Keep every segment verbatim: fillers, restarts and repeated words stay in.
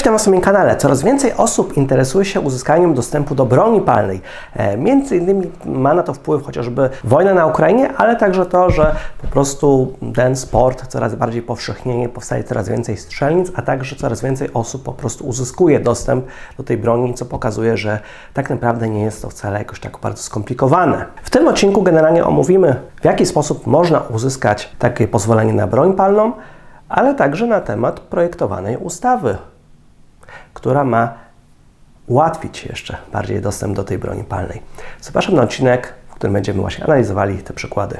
witam Was na moim kanale. Coraz więcej osób interesuje się uzyskaniem dostępu do broni palnej. E, między innymi ma na to wpływ chociażby wojna na Ukrainie, ale także to, że po prostu ten sport coraz bardziej powszechnieje, powstaje coraz więcej strzelnic, a także coraz więcej osób po prostu uzyskuje dostęp do tej broni, co pokazuje, że tak naprawdę nie jest to wcale jakoś tak bardzo skomplikowane. W tym odcinku generalnie omówimy, w jaki sposób można uzyskać takie pozwolenie na broń palną, ale także na temat projektowanej ustawy, która ma ułatwić jeszcze bardziej dostęp do tej broni palnej. Zapraszam na odcinek, w którym będziemy właśnie analizowali te przykłady.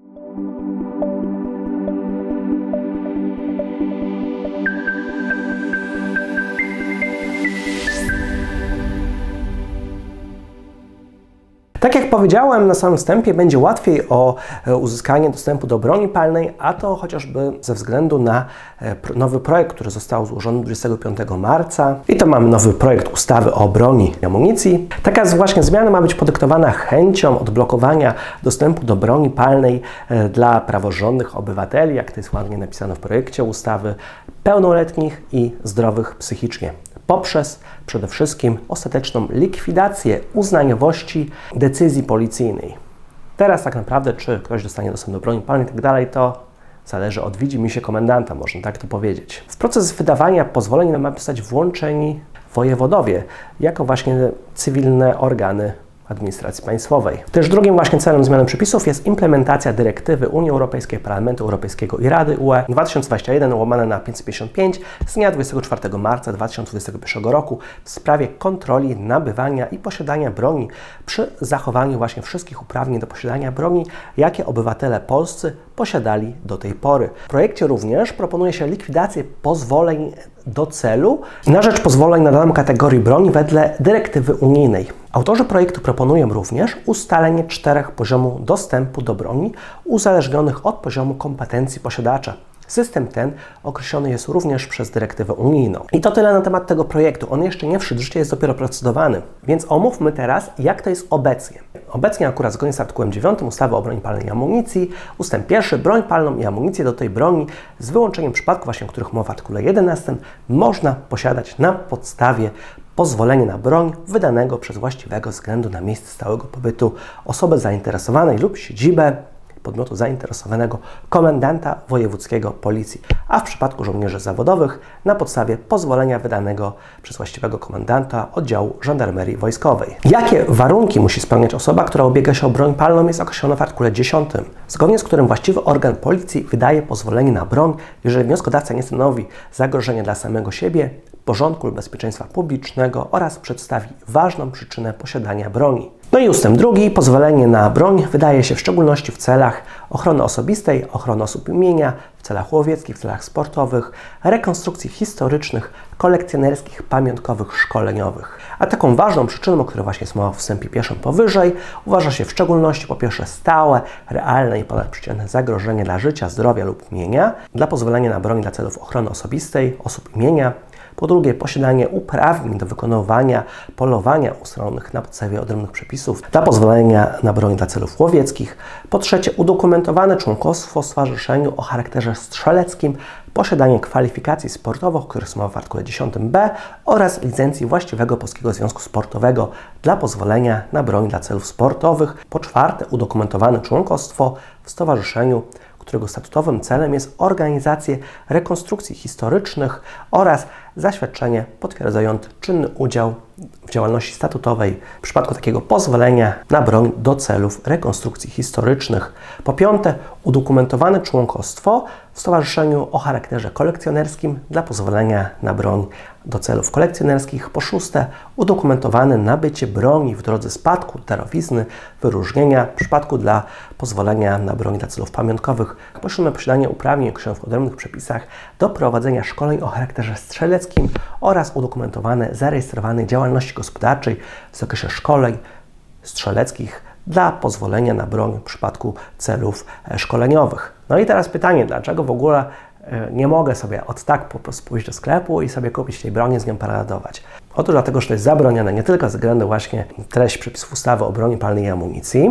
Tak jak powiedziałem na samym wstępie, będzie łatwiej o uzyskanie dostępu do broni palnej, a to chociażby ze względu na nowy projekt, który został złożony dwudziestego piątego marca. I to mamy nowy projekt ustawy o broni i amunicji. Taka właśnie zmiana ma być podyktowana chęcią odblokowania dostępu do broni palnej dla praworządnych obywateli, jak to jest ładnie napisane w projekcie ustawy, pełnoletnich i zdrowych psychicznie, poprzez przede wszystkim ostateczną likwidację uznaniowości decyzji policyjnej. Teraz tak naprawdę, czy ktoś dostanie dostęp do broni palnej i tak dalej, to zależy od widzimisię komendanta, można tak to powiedzieć. W proces wydawania pozwoleń ma zostać włączeni wojewodowie, jako właśnie cywilne organy administracji państwowej. Też drugim właśnie celem zmiany przepisów jest implementacja dyrektywy Unii Europejskiej, Parlamentu Europejskiego i Rady U E dwa tysiące dwudziesty pierwszy łamane na pięćset pięćdziesiąt pięć z dnia dwudziestego czwartego marca dwa tysiące dwudziestego pierwszego roku w sprawie kontroli nabywania i posiadania broni przy zachowaniu właśnie wszystkich uprawnień do posiadania broni, jakie obywatele polscy posiadali do tej pory. W projekcie również proponuje się likwidację pozwoleń do celu na rzecz pozwoleń na daną kategorię broni wedle dyrektywy unijnej. Autorzy projektu proponują również ustalenie czterech poziomów dostępu do broni uzależnionych od poziomu kompetencji posiadacza. System ten określony jest również przez dyrektywę unijną. I to tyle na temat tego projektu. On jeszcze nie wszedł w życie, jest dopiero procedowany. Więc omówmy teraz, jak to jest obecnie. Obecnie akurat zgodnie z artykułem dziewiątym ustawy o broni palnej i amunicji, ustęp pierwszy, broń palną i amunicję do tej broni z wyłączeniem przypadków właśnie, o których mowa w artykule jedenastym, można posiadać na podstawie pozwolenia na broń wydanego przez właściwego względu na miejsce stałego pobytu osoby zainteresowanej lub siedzibę podmiotu zainteresowanego komendanta wojewódzkiego policji, a w przypadku żołnierzy zawodowych na podstawie pozwolenia wydanego przez właściwego komendanta oddziału żandarmerii wojskowej. Jakie warunki musi spełniać osoba, która ubiega się o broń palną, jest określone w artykule dziesiątym, zgodnie z którym właściwy organ policji wydaje pozwolenie na broń, jeżeli wnioskodawca nie stanowi zagrożenia dla samego siebie, porządku lub bezpieczeństwa publicznego oraz przedstawi ważną przyczynę posiadania broni. No i ustęp drugi. Pozwolenie na broń wydaje się w szczególności w celach ochrony osobistej, ochrony osób i mienia, w celach łowieckich, w celach sportowych, rekonstrukcji historycznych, kolekcjonerskich, pamiątkowych, szkoleniowych. A taką ważną przyczyną, o której właśnie jest mowa w wstępie pierwszym powyżej, uważa się w szczególności po pierwsze stałe, realne i ponadprzeciętne zagrożenie dla życia, zdrowia lub mienia, dla pozwolenia na broń dla celów ochrony osobistej, osób i mienia. Po drugie, posiadanie uprawnień do wykonywania polowania ustalonych na podstawie odrębnych przepisów dla pozwolenia na broń dla celów łowieckich. Po trzecie, udokumentowane członkostwo w stowarzyszeniu o charakterze strzeleckim, posiadanie kwalifikacji sportowych, o których mowa w artykule dziesiątym b oraz licencji właściwego Polskiego Związku Sportowego dla pozwolenia na broń dla celów sportowych. Po czwarte, udokumentowane członkostwo w stowarzyszeniu, którego statutowym celem jest organizacja rekonstrukcji historycznych oraz zaświadczenie potwierdzające czynny udział w działalności statutowej w przypadku takiego pozwolenia na broń do celów rekonstrukcji historycznych. Po piąte, udokumentowane członkostwo w stowarzyszeniu o charakterze kolekcjonerskim dla pozwolenia na broń do celów kolekcjonerskich. Po szóste, udokumentowane nabycie broni w drodze spadku, darowizny, wyróżnienia w przypadku dla pozwolenia na broń dla celów pamiątkowych. Po siódme, posiadanie uprawnień określonych w odrębnych przepisach do prowadzenia szkoleń o charakterze strzeleckim oraz udokumentowane zarejestrowane działalności gospodarczej w zakresie szkoleń strzeleckich dla pozwolenia na broń w przypadku celów szkoleniowych. No i teraz pytanie, dlaczego w ogóle nie mogę sobie od tak po prostu pójść do sklepu i sobie kupić tej broni, z nią paradować? Otóż dlatego, że to jest zabronione nie tylko ze względu właśnie treść przepisów ustawy o broni palnej i amunicji,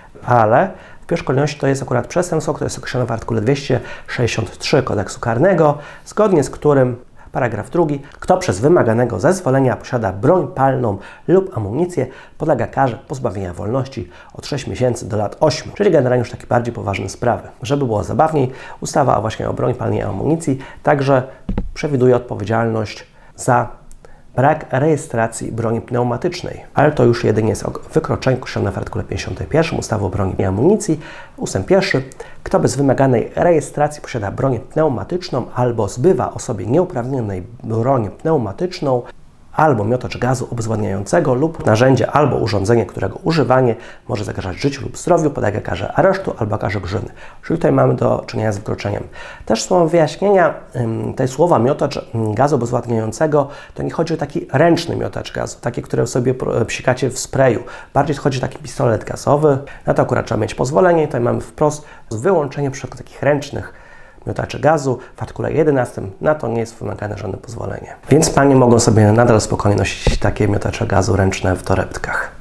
ale w pierwszej kolejności to jest akurat przestępstwo, które jest określone w artykule dwieście sześćdziesiąt trzy Kodeksu Karnego, zgodnie z którym Paragraf drugi. Kto przez wymaganego zezwolenia posiada broń palną lub amunicję, podlega karze pozbawienia wolności od sześciu miesięcy do lat ośmiu. Czyli generalnie już takie bardziej poważne sprawy. Żeby było zabawniej, ustawa właśnie o broni palnej i amunicji także przewiduje odpowiedzialność za brak rejestracji broni pneumatycznej, ale to już jedynie jest wykroczenie określone w artykule pięćdziesiątym pierwszym ustawy o broni i amunicji. Ustęp pierwszy. Kto bez wymaganej rejestracji posiada broń pneumatyczną albo zbywa osobie nieuprawnionej broń pneumatyczną albo miotacz gazu obezwładniającego lub narzędzie albo urządzenie, którego używanie może zagrażać życiu lub zdrowiu, podlega karze aresztu albo karze grzywny. Czyli tutaj mamy do czynienia z wykroczeniem. Też słowo wyjaśnienia, te słowa miotacz gazu obezwładniającego, to nie chodzi o taki ręczny miotacz gazu, taki, który sobie psikacie w sprayu. Bardziej chodzi o taki pistolet gazowy. Na to akurat trzeba mieć pozwolenie. Tutaj mamy wprost wyłączenie przy takich ręcznych miotaczy gazu. W artykule jedenastym na to nie jest wymagane żadne pozwolenie. Więc panie mogą sobie nadal spokojnie nosić takie miotacze gazu ręczne w torebkach.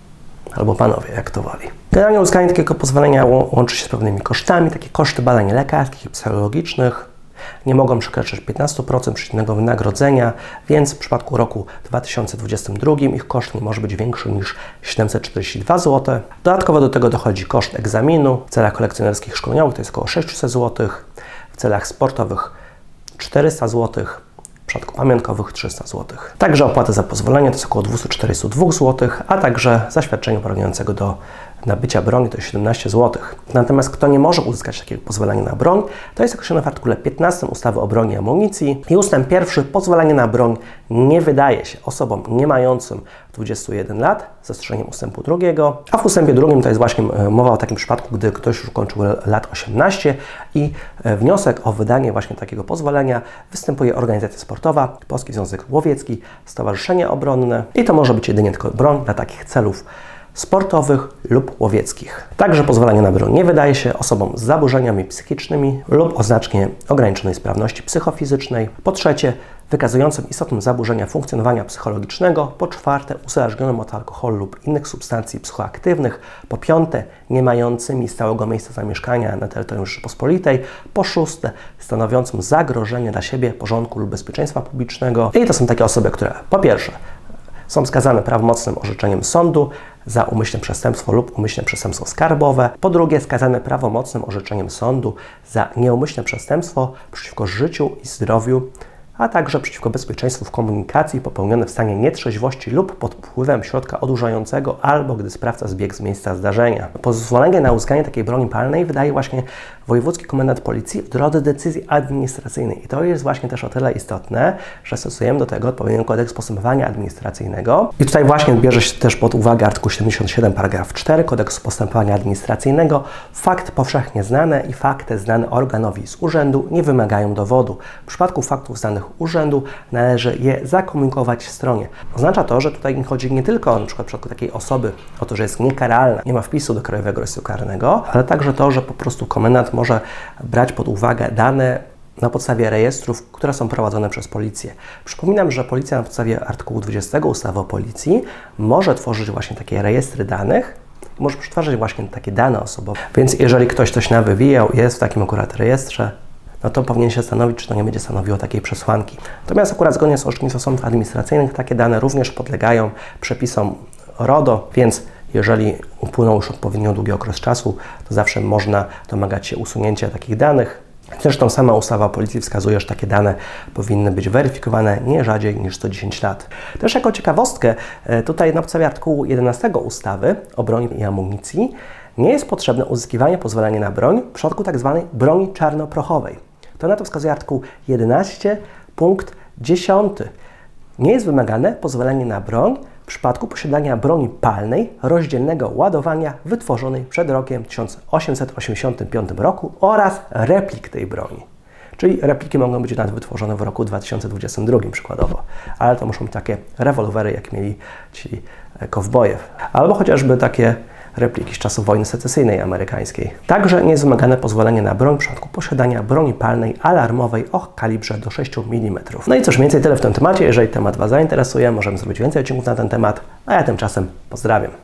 Albo panowie, jak to woli. Generalnie uzyskanie takiego pozwolenia łączy się z pewnymi kosztami. Takie koszty badań lekarskich i psychologicznych nie mogą przekraczać piętnaście procent przeciętnego wynagrodzenia, więc w przypadku roku dwa tysiące dwudziestego drugiego ich koszt nie może być większy niż siedemset czterdzieści dwa złote. Dodatkowo do tego dochodzi koszt egzaminu w celach kolekcjonerskich szkoleniowych, to jest około sześćset złotych, w celach sportowych czterysta złotych, w przypadku pamiątkowych trzysta złotych. Także opłata za pozwolenie to jest około dwieście czterdzieści dwa złotych, a także zaświadczenie uprawniającego do nabycia broni to jest siedemnaście złotych. Natomiast kto nie może uzyskać takiego pozwolenia na broń, to jest określone w artykule piętnastym ustawy o broni i amunicji. I ustęp pierwszy. Pozwolenie na broń nie wydaje się osobom nie mającym dwudziestu jeden lat, z zastrzeżeniem ustępu drugiego. A w ustępie drugim to jest właśnie mowa o takim przypadku, gdy ktoś już ukończył lat osiemnaście i wniosek o wydanie właśnie takiego pozwolenia występuje organizacja sportowa, Polski Związek Łowiecki, Stowarzyszenie Obronne i to może być jedynie tylko broń dla takich celów sportowych lub łowieckich. Także pozwolenie na broń nie wydaje się osobom z zaburzeniami psychicznymi lub o znacznie ograniczonej sprawności psychofizycznej. Po trzecie, wykazującym istotne zaburzenia funkcjonowania psychologicznego. Po czwarte, uzależnionym od alkoholu lub innych substancji psychoaktywnych. Po piąte, nie mającymi stałego miejsca zamieszkania na terytorium Rzeczypospolitej. Po szóste, stanowiącym zagrożenie dla siebie, porządku lub bezpieczeństwa publicznego. I to są takie osoby, które po pierwsze są skazane prawomocnym orzeczeniem sądu za umyślne przestępstwo lub umyślne przestępstwo skarbowe. Po drugie, skazane prawomocnym orzeczeniem sądu za nieumyślne przestępstwo przeciwko życiu i zdrowiu, a także przeciwko bezpieczeństwu w komunikacji popełnione w stanie nietrzeźwości lub pod wpływem środka odurzającego albo gdy sprawca zbiegł z miejsca zdarzenia. Pozwolenie na uzyskanie takiej broni palnej wydaje właśnie Wojewódzki Komendant Policji w drodze decyzji administracyjnej. I to jest właśnie też o tyle istotne, że stosujemy do tego odpowiedni kodeks postępowania administracyjnego. I tutaj właśnie bierze się też pod uwagę artykuł siedemdziesiąty siódmy paragraf czwarty Kodeksu Postępowania Administracyjnego. Fakt powszechnie znany i fakty znane organowi z urzędu nie wymagają dowodu. W przypadku faktów znanych urzędu należy je zakomunikować stronie. Oznacza to, że tutaj chodzi nie tylko na przykład w przypadku takiej osoby o to, że jest niekaralna, nie ma wpisu do Krajowego Rejestru Karnego, ale także to, że po prostu komendant może brać pod uwagę dane na podstawie rejestrów, które są prowadzone przez policję. Przypominam, że policja na podstawie artykułu dwudziestego ustawy o policji może tworzyć właśnie takie rejestry danych, może przetwarzać właśnie takie dane osobowe. Więc jeżeli ktoś coś nawywijał, jest w takim akurat rejestrze, no to powinien się zastanowić, czy to nie będzie stanowiło takiej przesłanki. Natomiast akurat zgodnie z orzecznictwem sądów administracyjnych takie dane również podlegają przepisom RODO, więc jeżeli upłynął już odpowiednio długi okres czasu, to zawsze można domagać się usunięcia takich danych. Zresztą sama ustawa o policji wskazuje, że takie dane powinny być weryfikowane nie rzadziej niż co dziesięć lat. Też jako ciekawostkę, tutaj na podstawie artykułu jedenastego ustawy o broni i amunicji nie jest potrzebne uzyskiwanie pozwolenia na broń w przypadku tzw. broni czarnoprochowej. To na to wskazuje artykuł jedenasty punkt dziesiąty. Nie jest wymagane pozwolenie na broń w przypadku posiadania broni palnej rozdzielnego ładowania wytworzonej przed rokiem tysiąc osiemset osiemdziesiątym piątym roku oraz replik tej broni. Czyli repliki mogą być nawet wytworzone w roku dwa tysiące dwudziestym drugim przykładowo, ale to muszą być takie rewolwery, jak mieli ci kowboje, albo chociażby takie repliki z czasów wojny secesyjnej amerykańskiej. Także nie jest wymagane pozwolenie na broń w przypadku posiadania broni palnej alarmowej o kalibrze do sześciu milimetrów. No i cóż, mniej więcej tyle w tym temacie. Jeżeli temat Was zainteresuje, możemy zrobić więcej odcinków na ten temat, a ja tymczasem pozdrawiam.